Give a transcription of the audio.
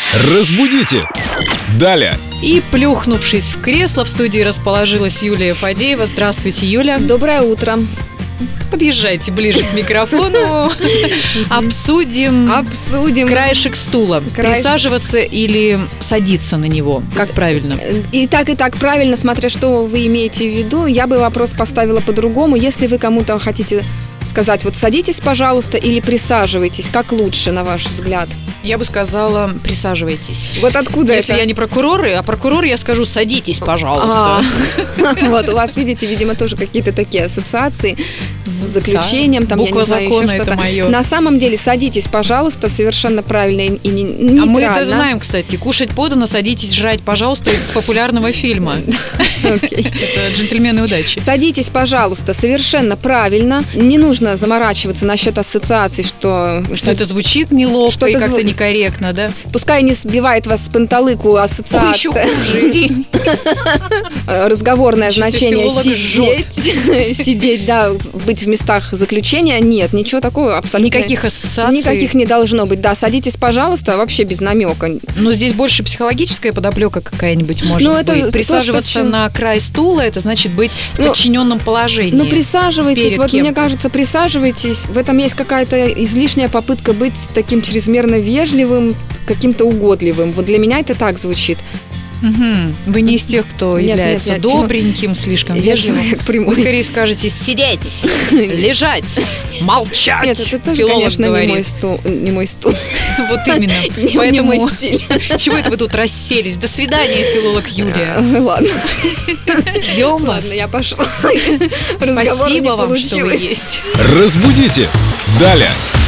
Разбудите! Далее! И, плюхнувшись в кресло, в студии расположилась Юлия Фадеева. Здравствуйте, Юля. Доброе утро. Подъезжайте ближе к микрофону. Обсудим краешек стула. Присаживаться или садиться на него? Как правильно? И так правильно, смотря что вы имеете в виду. Я бы вопрос поставила по-другому. Если вы кому-то хотите сказать, вот садитесь, пожалуйста, или присаживайтесь, как лучше, на ваш взгляд? Я бы сказала, присаживайтесь. Вот откуда Если это? я не прокурор, а прокурор, я скажу, садитесь, пожалуйста. Вот у вас, видите, видимо, тоже какие-то такие ассоциации с заключением, там, я буква не знаю, еще закона, что-то. это моё. На самом деле, садитесь, пожалуйста, совершенно правильно и нейтрально. А мы это знаем, кстати. Кушать подано, садитесь, жрать, пожалуйста, из популярного фильма. Окей. Это «Джентльмены удачи». Садитесь, пожалуйста, совершенно правильно. Не нужно заморачиваться насчет ассоциаций, что это звучит неловко что-то и как-то некорректно, да? Пускай не сбивает вас с панталыку ассоциация. Еще хуже. Разговорное значение филолог сидеть, да, быть в местах заключения. Нет, ничего такого абсолютно. Никаких ассоциаций. Никаких не должно быть. Да, садитесь, пожалуйста, вообще без намека. Но здесь больше психологическая подоплека какая-нибудь может быть. Присаживаться на край стула, это значит быть в подчиненном положении. Ну, присаживайтесь. Вот мне кажется, присаживайтесь. В этом есть какая-то излишняя попытка быть таким чрезмерно вежливым, каким-то угодливым. Вот для меня это так звучит. Вы не из тех, кто является добреньким, слишком вежливым. Вы скорее скажете сидеть, лежать, молчать. Нет, это тоже, конечно, не мой стул. Вот именно. Не мой стиль. Чего это вы тут расселись? До свидания, филолог Юлия. Ладно. Ждем вас. Ладно, я пошла. Спасибо вам, что вы есть. Разбудите! Далее!